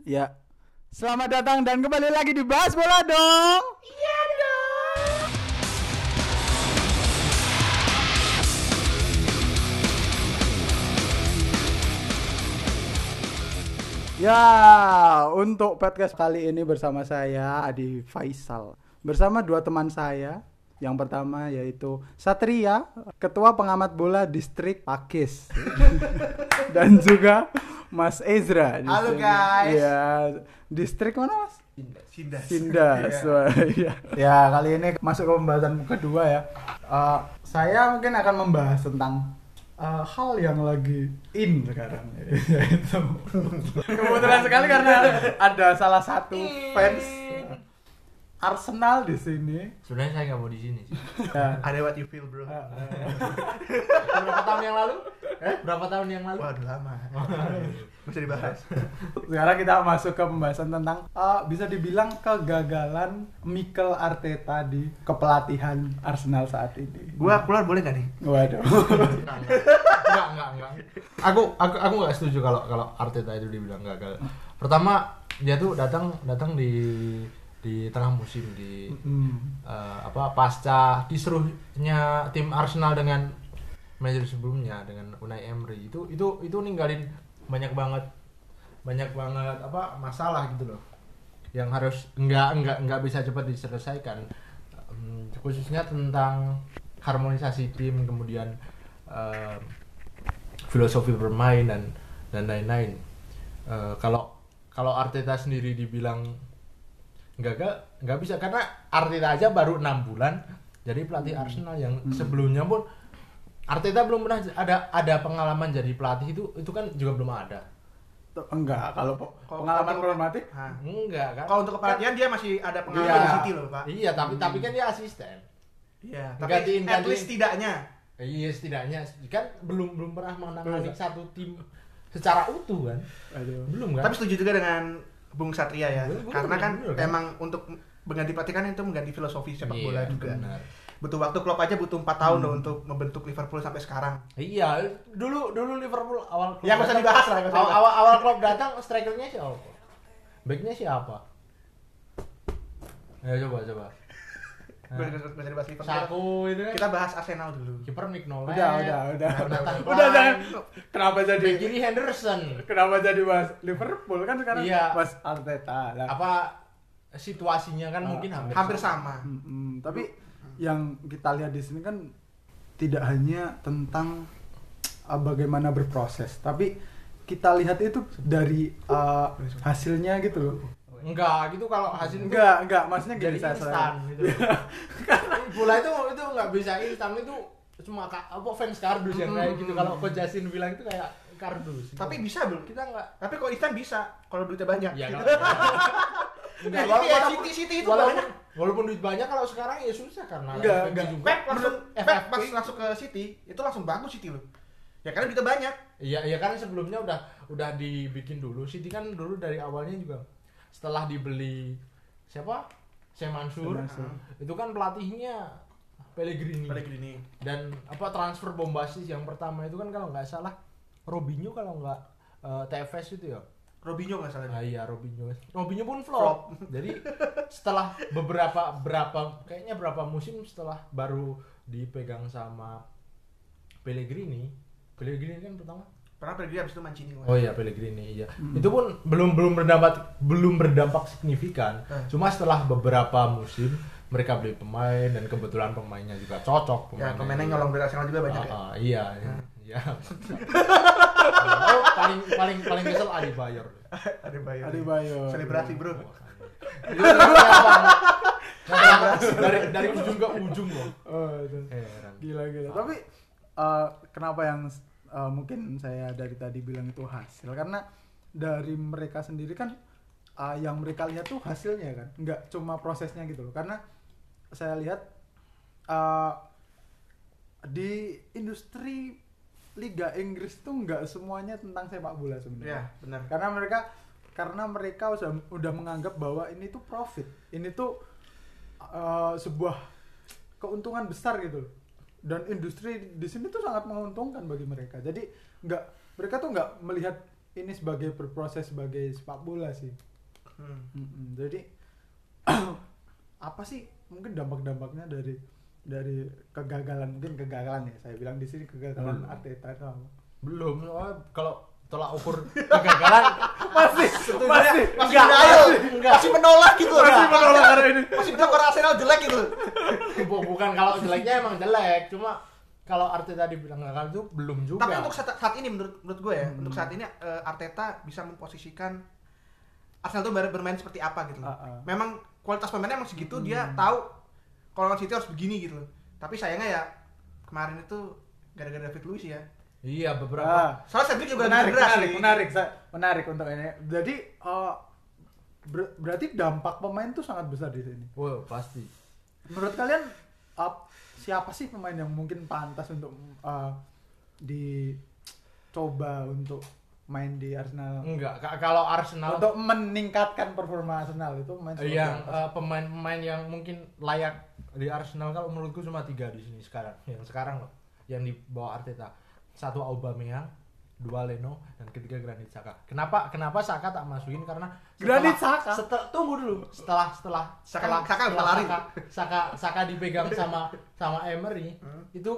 Ya, selamat datang dan kembali lagi di Bahas Bola dong. Iya dong. Ya, untuk podcast kali ini bersama saya Adi Faisal, bersama dua teman saya. Yang pertama yaitu Satria, Ketua Pengamat Bola Distrik Pakis, dan juga Mas Ezra. Halo guys. Ya, distrik mana Mas? Sindas. Iya. Wah, iya. Ya, kali ini masuk ke pembahasan kedua ya. Saya mungkin akan membahas tentang hal yang lagi in sekarang, yaitu kebetulan sekali karena ada salah satu fans Arsenal di sini. Sebenarnya saya nggak mau di sini sih. Ya. Ada what you feel bro. Berapa tahun yang lalu? Berapa tahun yang lalu? Waduh lama. Bisa dibahas. Sekarang kita masuk ke pembahasan tentang bisa dibilang kegagalan Mikel Arteta di kepelatihan Arsenal saat ini. Gua keluar boleh gak nih? Waduh. Enggak. Aku nggak setuju kalau Arteta itu dibilang gagal. Pertama dia tuh datang di tengah musim pasca kisruhnya tim Arsenal dengan manajer sebelumnya dengan Unai Emery itu ninggalin banyak banget masalah gitu loh yang harus nggak bisa cepat diselesaikan, khususnya tentang harmonisasi tim, kemudian filosofi bermain dan lain-lain. Kalau Arteta sendiri dibilang gagal, nggak bisa, karena Arteta aja baru 6 bulan jadi pelatih Arsenal, yang sebelumnya pun Arteta belum pernah ada pengalaman jadi pelatih, itu kan juga belum ada. Enggak, kalau pengalaman problematik Enggak kan. Kalau untuk kepelatihan dia masih ada pengalaman Iya. di City loh Pak. Iya, tapi kan dia asisten. Iya. Tapi Gantiin. at least tidaknya. Iya, setidaknya kan belum pernah menangani satu tim secara utuh kan. Aduh. Belum kan. Tapi setuju juga dengan Bung Satria ya. Bener, Karena kan bener. emang untuk mengganti pelatih kan itu mengganti filosofi sepak bola juga. Benar. Butuh waktu, Klopp aja butuh 4 tahun loh untuk membentuk Liverpool sampai sekarang. Iya, dulu Liverpool awal Ya nggak usah dibahas lah. nggak usah dibahas. awal Klopp datang, strikernya siapa? Backnya siapa? Ayo coba. Nggak usah dibahas Liverpool. Saku itu kan. Kita bahas Arsenal dulu. Kiper Nick Nolan. Udah. Nathan Udah Clyne. jangan. Kenapa jadi Back kiri Henderson. Kenapa jadi bahas Liverpool kan sekarang Iya. bahas Arteta lah. Apa situasinya kan mungkin Hampir sama. Tapi yang kita lihat di sini kan tidak hanya tentang bagaimana berproses, tapi kita lihat itu dari hasilnya gitu loh. Enggak, gitu kalau hasil Enggak, maksudnya jadi gini instan gitu. Bola itu nggak bisa instan, itu cuma fans kardus yang kayak gitu. Kalau Coach Justin bilang itu kayak kardus. Tapi bisa belum? kita nggak. Tapi kalau instan bisa, kalau duitnya banyak. Ya Gitu. enggak. City itu banyak. Walaupun duit banyak, kalau sekarang ya susah karena Enggak. juga. Pep pas masuk ke City, itu langsung bagus City loh. Ya karena duitnya banyak. Iya kan sebelumnya udah dibikin dulu. City kan dulu dari awalnya juga setelah dibeli siapa? Sam Mansur. Itu kan pelatihnya Pellegrini. Dan transfer bombastis yang pertama itu kan kalau nggak salah Robinho, kalau nggak TFS itu ya. Robinho nggak salah. Iya, Robinho pun flop. Jadi setelah berapa musim setelah baru dipegang sama Pellegrini kan pertama. Pernah pergi habis itu Mancini. Oh iya, Pellegrini iya. Itu pun belum berdampak signifikan. Cuma setelah beberapa musim mereka beli pemain dan kebetulan pemainnya juga cocok. Ya pemainnya nyolong dari Arsenal juga banyak ya. Iya. Oh, paling kesel Adebayor. Adebayor. Selebrasi bro. Dari ujung ke ujung loh. Oh, itu. Heran. Gila. Tapi kenapa yang mungkin saya dari tadi bilang itu hasil, karena dari mereka sendiri kan yang mereka lihat tuh hasilnya kan, nggak cuma prosesnya gitu loh. Karena saya lihat di industri Liga Inggris tuh nggak semuanya tentang sepak bola sebenarnya. Iya, benar. Karena mereka udah menganggap bahwa ini tuh profit, ini tuh sebuah keuntungan besar gitu loh. Dan industri di sini tuh sangat menguntungkan bagi mereka. Jadi mereka tuh nggak melihat ini sebagai berproses sebagai sepak bola sih. Jadi apa sih mungkin dampak-dampaknya dari kegagalan, mungkin kegagalan ya, saya bilang di sini kegagalan Arteta itu apa? Belum, soalnya kalau tolak ukur kegagalan masih enggak. masih menolak gitu. Masih menolak karena ini. Masih bilang orang Arsenal jelek gitu. Bukan, kalau jeleknya emang jelek, cuma kalau Arteta dibilang gagal itu belum juga. Tapi untuk saat ini menurut gue ya, untuk saat ini Arteta bisa memposisikan Arsenal tuh bermain seperti apa gitu. Memang kualitas pemainnya emang segitu, dia tahu kalau lawan City harus begini gitu. Tapi sayangnya ya kemarin itu gara-gara David Luiz ya. Iya, beberapa. Soalnya Cedric juga menarik untuk ini. Jadi berarti dampak pemain tuh sangat besar di sini. Wow, pasti. Menurut kalian siapa sih pemain yang mungkin pantas untuk dicoba untuk main di Arsenal? Enggak, kalau Arsenal untuk meningkatkan performa Arsenal itu main yang pemain-pemain yang mungkin layak di Arsenal kalau menurutku cuma 3 di sini sekarang. Yang sekarang loh, yang di bawah Arteta. 1 Aubameyang, 2 Leno, dan ketiga Granit Xhaka. Kenapa Xhaka tak masukin? Karena Granit Xhaka. Tunggu dulu. Setelah Xhaka dipegang sama Emery, itu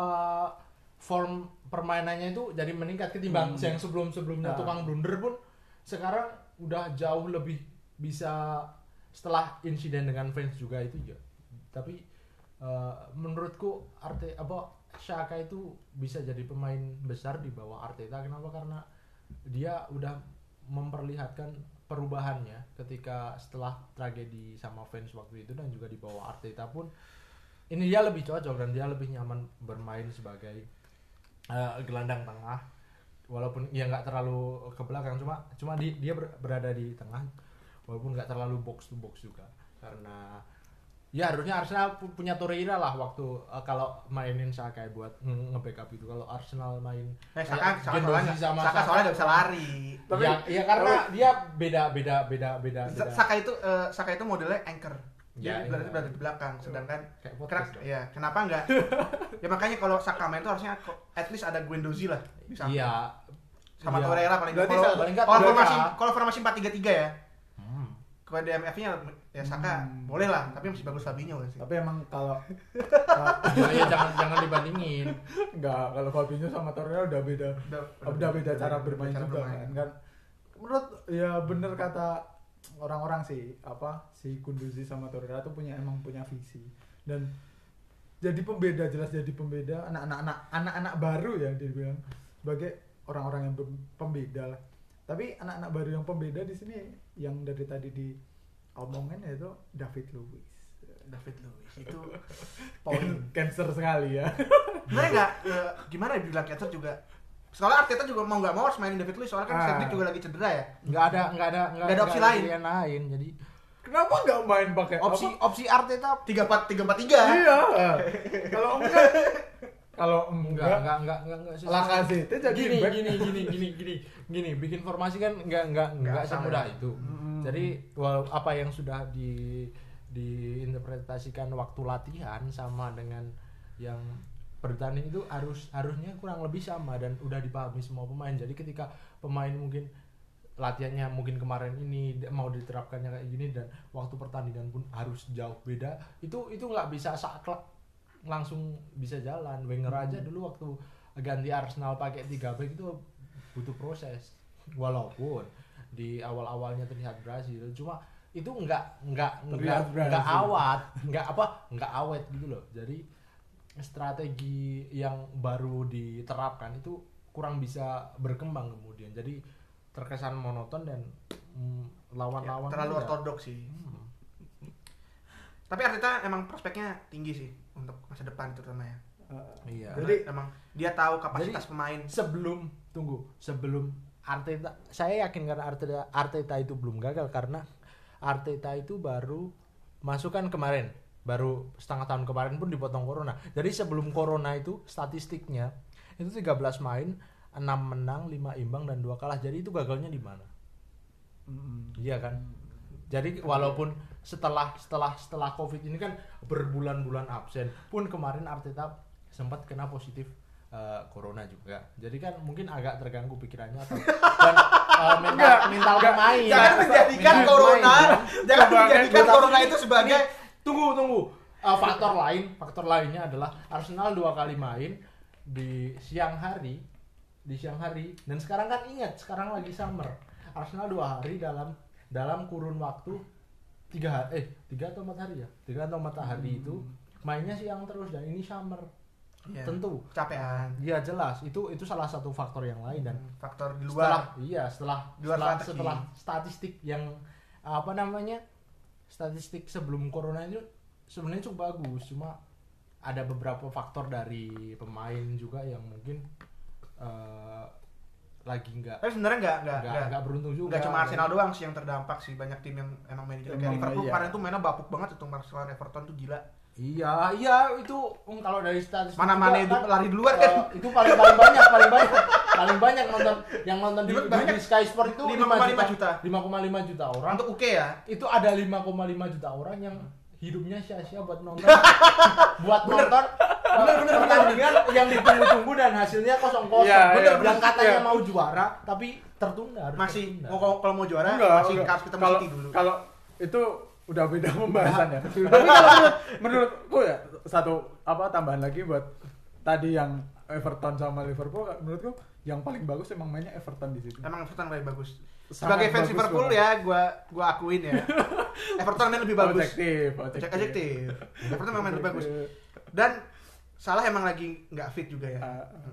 form permainannya itu jadi meningkat ketimbang yang sebelumnya tukang blunder pun sekarang udah jauh lebih bisa setelah insiden dengan fans juga itu ya. Tapi menurutku Xhaka itu bisa jadi pemain besar di bawah Arteta. Kenapa? Karena dia udah memperlihatkan perubahannya ketika setelah tragedi sama fans waktu itu, dan juga di bawah Arteta pun ini dia lebih cocok dan dia lebih nyaman bermain sebagai gelandang tengah, walaupun ya nggak terlalu ke belakang, cuma dia berada di tengah, walaupun nggak terlalu box to box juga, karena ya harusnya Arsenal punya Torreira lah waktu kalau mainin Xhaka buat nge-backup itu. Kalau Arsenal main Xhaka sama soalnya nggak bisa lari. Tapi ya karena dia beda. Xhaka itu modelnya anchor. Dia berada di belakang, sedangkan kenapa enggak? Ya makanya kalau Xhaka main itu harusnya at least ada Guendouzi lah di samping. Iya. Sama Torreira paling kalau formasi 4-3-3 ya. Kalau DMF-nya ya Xhaka boleh lah, tapi masih bagus Fabinho sih. Tapi emang kalau ya jangan dibandingin. Enggak, kalau Fabinho sama Torreira udah beda cara bermain juga kan. Menurut ya bener kata orang-orang sih, si Guendouzi sama Torreira tuh punya visi dan jadi pembeda anak-anak baru ya dibilang sebagai orang-orang yang pembeda lah. Tapi anak-anak baru yang pembeda di sini yang dari tadi diomongin yaitu David Luiz itu poin cancer sekali ya. Sebenarnya gimana dibilang cancer juga. Soalnya Arteta juga mau nggak mau harus mainin David Luiz, soalnya kan Cedric juga lagi cedera ya. Nggak ada opsi lain. Jadi kenapa nggak main pakai opsi Arteta 3-4-3. Iya. Kalau enggak Lacazette jadi gini bikin formasi kan enggak semudah itu. Jadi apa yang sudah diinterpretasikan waktu latihan sama dengan yang bertanding itu harusnya kurang lebih sama dan udah dipahami semua pemain. Jadi ketika pemain mungkin latihannya mungkin kemarin ini mau diterapkannya kayak gini dan waktu pertandingan pun harus jauh beda, itu nggak bisa saklek langsung bisa jalan. Wenger aja dulu waktu ganti Arsenal pakai 3 back itu butuh proses, walaupun di awal-awalnya terlihat berhasil, cuma itu nggak awet gitu loh. Jadi strategi yang baru diterapkan itu kurang bisa berkembang kemudian, jadi terkesan monoton dan lawan-lawan terlalu ortodoks sih. Tapi Arteta emang prospeknya tinggi sih untuk masa depan terutama ya. Iya. Jadi emang dia tahu kapasitas pemain. Sebelum Arteta, saya yakin karena Arteta itu belum gagal karena Arteta itu baru masukkan kemarin, baru setengah tahun kemarin pun dipotong corona. Jadi sebelum corona itu statistiknya itu 13 main, 6 menang, 5 imbang dan 2 kalah. Jadi itu gagalnya di mana? Iya kan? Jadi walaupun setelah Covid ini kan berbulan-bulan absen, pun kemarin Arteta sempat kena positif corona juga. Jadi kan mungkin agak terganggu pikirannya atau dan mental pemain. Jangan menjadikan corona, jangan menjadikan corona itu sebagai tunggu. Faktor lainnya adalah Arsenal 2 kali main di siang hari dan sekarang kan ingat sekarang lagi summer. Arsenal 2 hari dalam kurun waktu 3 atau 4 hari ya. 3 atau 4 hari itu mainnya siang terus dan ini summer. Yeah. Tentu capean. Iya jelas itu salah satu faktor yang lain dan faktor di luar. Setelah statistik yang statistik sebelum corona itu sebenarnya cukup bagus, cuma ada beberapa faktor dari pemain juga yang mungkin lagi enggak. Tapi sebenarnya enggak beruntung juga. Enggak cuma Arsenal doang sih yang terdampak sih, banyak tim yang emang main jelek. Kayak Liverpool kemarin tuh mainnya bapuk banget tuh, lawan Everton tuh gila. Iya itu kalau dari statistik mana-mana itu lari duluan kan. Itu paling banyak nonton di Sky Sport itu 5,5 juta. 5,5 juta orang. Untuk UK ya. Itu ada 5,5 juta orang yang hidupnya sia-sia buat nonton. Nonton pertandingan yang ditunggu-tunggu dan hasilnya kosong-kosong. Yang katanya mau juara tapi tertunda. Masih kalau mau juara masih harus ketemu City dulu. Kalau itu udah beda pembahasannya. Tapi kalau menurutku ya satu tambahan lagi buat tadi yang Everton sama Liverpool, menurutku yang paling bagus emang mainnya Everton di situ. Emang Everton paling bagus. Sebagai fans Liverpool ya, gua akuin ya. Everton main lebih bagus. Objektif. Everton main lebih bagus. Dan Salah emang lagi nggak fit juga ya.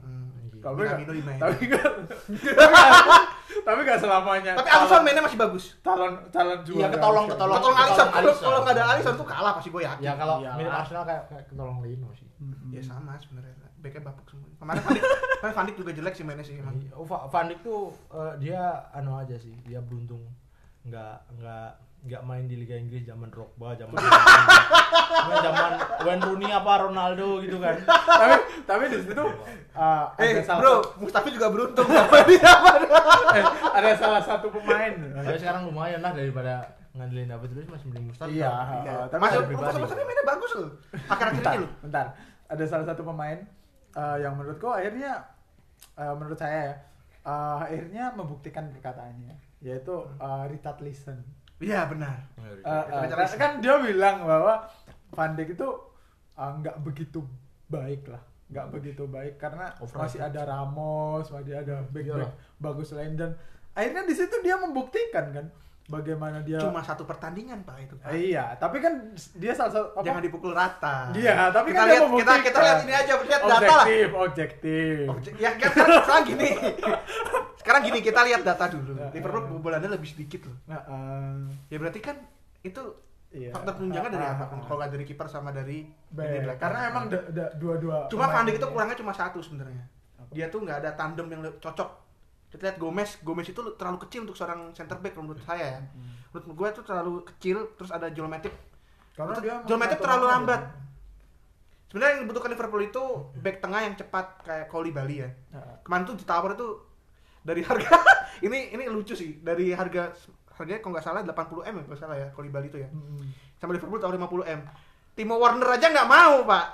Tapi nggak selamanya. Tapi Alisson mainnya masih bagus. Calon juara. Iya, ketolong Alisson. Kalau nggak ada Alisson tuh kalah pasti gue yakin. Ya kalau mirip Arsenal kayak ketolong Lino sih. Ya sama sebenarnya. Backnya bapuk semua. Kemarin Van Dijk juga jelek sih mainnya sih emang. Van Dijk tuh dia aja sih. Dia beruntung nggak main di Liga Inggris zaman Drogba, zaman Wayne Rooney apa Ronaldo gitu kan. Tapi di situ Mustafi juga beruntung. Ada salah satu pemain. Tapi sekarang lumayan lah daripada ngandelin David Luiz masih mending Mustafi. Iya. Tapi Mustafi mainnya bagus loh. Akhir-akhir ini loh. Bentar. Ada salah satu pemain yang menurutku akhirnya menurut saya akhirnya membuktikan perkataannya, yaitu Richarlison. Iya benar. Kan dia bilang bahwa Van Dijk itu nggak begitu baik karena masih ada Ramos, masih ada back bagus lain, dan akhirnya di situ dia membuktikan kan bagaimana dia cuma satu pertandingan Pak itu. Iya, tapi kan dia salah satu jangan dipukul rata. Iya, tapi kita kan lihat, dia membuktikan. kita lihat ini aja, lihat data lah. Objektif. Ya kan sekarang gini kita lihat data dulu. Liverpool kebobolannya lebih sedikit loh. Ya berarti kan itu faktor penunjangnya dari apa? Kalau nggak dari kiper sama dari back. Karena emang dua-dua. Cuma Van Dijk itu kurangnya cuma satu sebenarnya. Dia tuh nggak ada tandem yang cocok. Kita lihat Gomez itu terlalu kecil untuk seorang center back menurut saya ya. Menurut gue itu terlalu kecil, terus ada Joel Matip. Joel Matip terlalu lambat. Sebenarnya yang dibutuhkan Liverpool itu back tengah yang cepat kayak Koulibaly ya. Kemarin tuh ditawar itu dari harga ini lucu sih, dari harganya kalau nggak salah 80 M ya kalau salah ya Koulibaly itu ya. Sama Liverpool tawar 50 M. Timo Werner aja nggak mau Pak.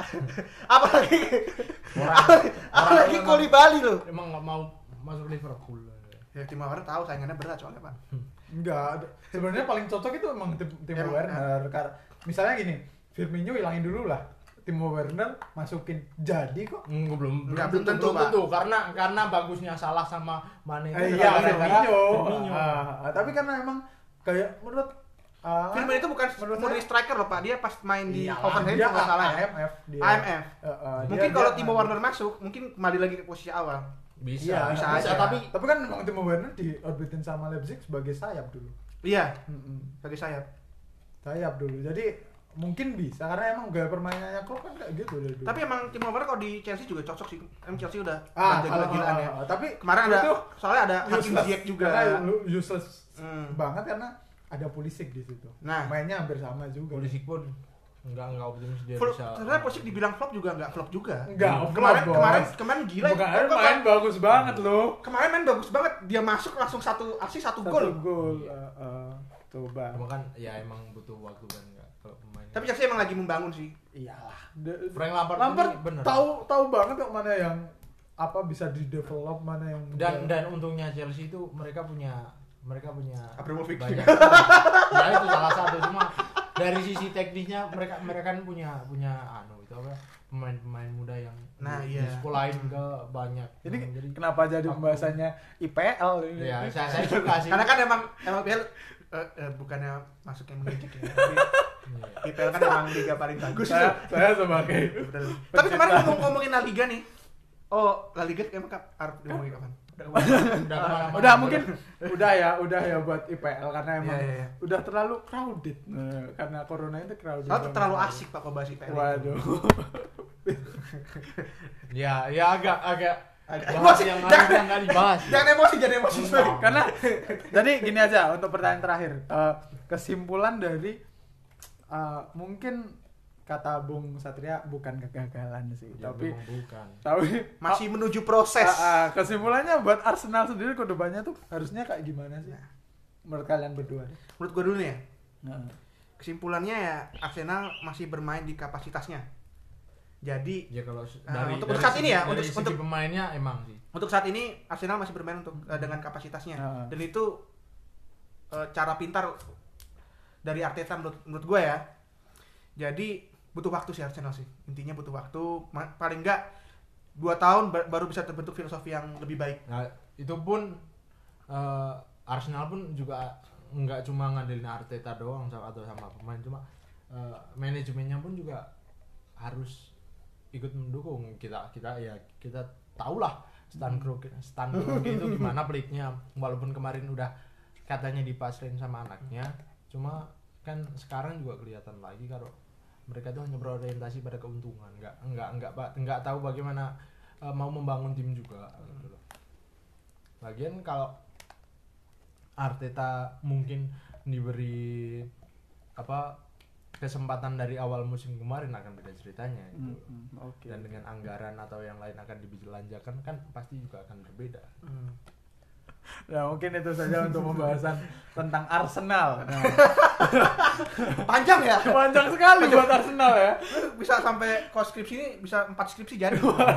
apalagi Koulibaly loh. Emang nggak mau masuk Liverpool. Ya Timo Werner tahu saingannya berat soalnya Pak. Enggak, sebenarnya paling cocok itu emang Timo Werner. Misalnya gini, Firmino hilangin dulu lah. Timo Werner masukin jadi kok. Belum tentu karena bagusnya Salah sama Mane itu Firmino. Tapi karena emang kayak menurut Firmino itu bukan murni striker loh Pak, dia pas main di Hoffenheim kalau nggak salah ya. AMF. Mungkin kalau Timo Werner masuk, mungkin kembali lagi ke posisi awal. Bisa aja. Tapi kan emang Timo Werner diorbitin sama Leipzig sebagai sayap dulu. Iya. Sebagai sayap. Sayap dulu. Jadi mungkin bisa karena emang gaya permainannya Klopp kan kayak gitu dari dulu. Tapi emang Timo Werner kalau di Chelsea juga cocok sih. Chelsea udah gila-gilaan ya. Tapi kemarin soalnya ada Hakim Ziyech juga. Useless banget karena ada Pulisic di situ. Nah, mainnya hampir sama juga. Pulisic pun enggak optimis dia bisa. Sebenarnya Pulisic dibilang flop juga enggak flop juga. Kemarin gila. Kemarin main bagus banget loh. Kemarin main bagus banget. Dia masuk langsung satu gol. Coba. Emang kan ya emang butuh waktu kan enggak kalau pemain. Tapi Chelsea emang lagi membangun sih. Iyalah. Frank Lampard bener. Tahu banget kok mana yang apa bisa di develop, mana yang dan untungnya Chelsea itu mereka punya Abramovich. banyak. Ya itu salah satu, cuma dari sisi teknisnya mereka kan punya itu apa, pemain muda yang disekolahin ke banyak. Jadi kenapa jadi pembahasannya IPL ini? Ya, saya suka sih. Karena kan emang IPL bukannya masuk yang mengejek ya. Tapi IPL kan emang liga paling bagus. Saya sebagai. Tapi kemarin ngomongin La Liga nih. Oh, La Liga emang harus ngomongin kapan? Udah mungkin udah ya buat IPL karena emang udah terlalu crowded. Karena corona itu crowded. Terlalu asik Pak kalau bahas IPL. Waduh. ya agak emosi yang nggak dibahas. Jangan emosi. Karena jadi gini aja untuk pertanyaan terakhir. Kesimpulan dari mungkin kata Bung Satria bukan kegagalan sih, ya, tapi bukan. Tapi masih menuju proses. Kesimpulannya buat Arsenal sendiri ke depannya tuh harusnya kayak gimana sih? Menurut kalian berdua deh. Menurut gue dulu nih ya. Kesimpulannya ya Arsenal masih bermain di kapasitasnya. Jadi ya kalau untuk saat ini ya, untuk pemainnya emang sih. Untuk saat ini Arsenal masih bermain dengan kapasitasnya. Dan itu cara pintar dari Arteta menurut gue ya. Jadi butuh waktu sih Arsenal sih. Intinya butuh waktu, paling enggak 2 tahun baru bisa terbentuk filosofi yang lebih baik. Nah, itu pun Arsenal pun juga enggak cuma ngandelin Arteta doang atau sama pemain, cuma manajemennya pun juga harus ikut mendukung. Kita tahulah Stan Kroenke itu gimana peliknya, walaupun kemarin udah katanya dipasrahin sama anaknya, cuma kan sekarang juga kelihatan lagi kalau mereka tuh hanya berorientasi pada keuntungan, nggak tahu bagaimana mau membangun tim juga gitu loh. Lagian kalau Arteta mungkin diberi kesempatan dari awal musim kemarin akan beda ceritanya gitu. Okay. Dan dengan anggaran atau yang lain akan dibelanjakan kan pasti juga akan berbeda. Ya mungkin itu saja untuk pembahasan tentang Arsenal. Panjang ya? Panjang sekali buat Arsenal ya. Bisa sampai kalau skripsi ini bisa 4 skripsi jadi.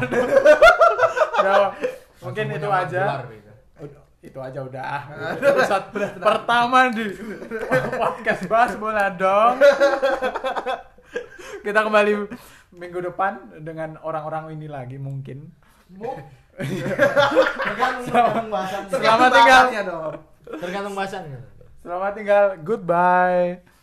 Ya, mungkin itu aja. Itu aja udah. Episode pertama di podcast Bahas Bola dong. Kita kembali minggu depan dengan orang-orang ini lagi mungkin. Tergantung bahasannya. Selamat tinggal. Tergantung bahasannya. Selamat tinggal. Goodbye.